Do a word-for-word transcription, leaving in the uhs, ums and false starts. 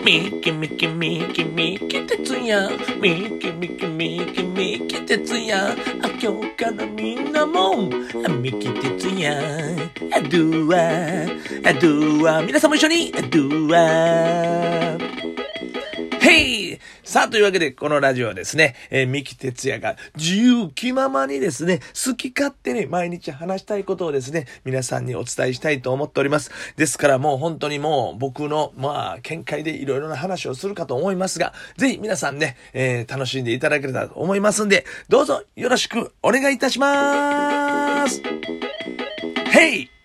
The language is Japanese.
ミキミキミキミキ哲也ミキミキミキミキ哲也あ今日からみんなもミキ哲也アドゥアアドゥア皆さんも一緒にアドゥアヘイさあというわけでこのラジオはですね、えー、三木哲也が自由気ままにですね好き勝手に毎日話したいことをですね皆さんにお伝えしたいと思っております。ですからもう本当にもう僕のまあ見解でいろいろな話をするかと思いますがぜひ皆さんね、えー、楽しんでいただければと思いますんでどうぞよろしくお願いいたします。ヘイ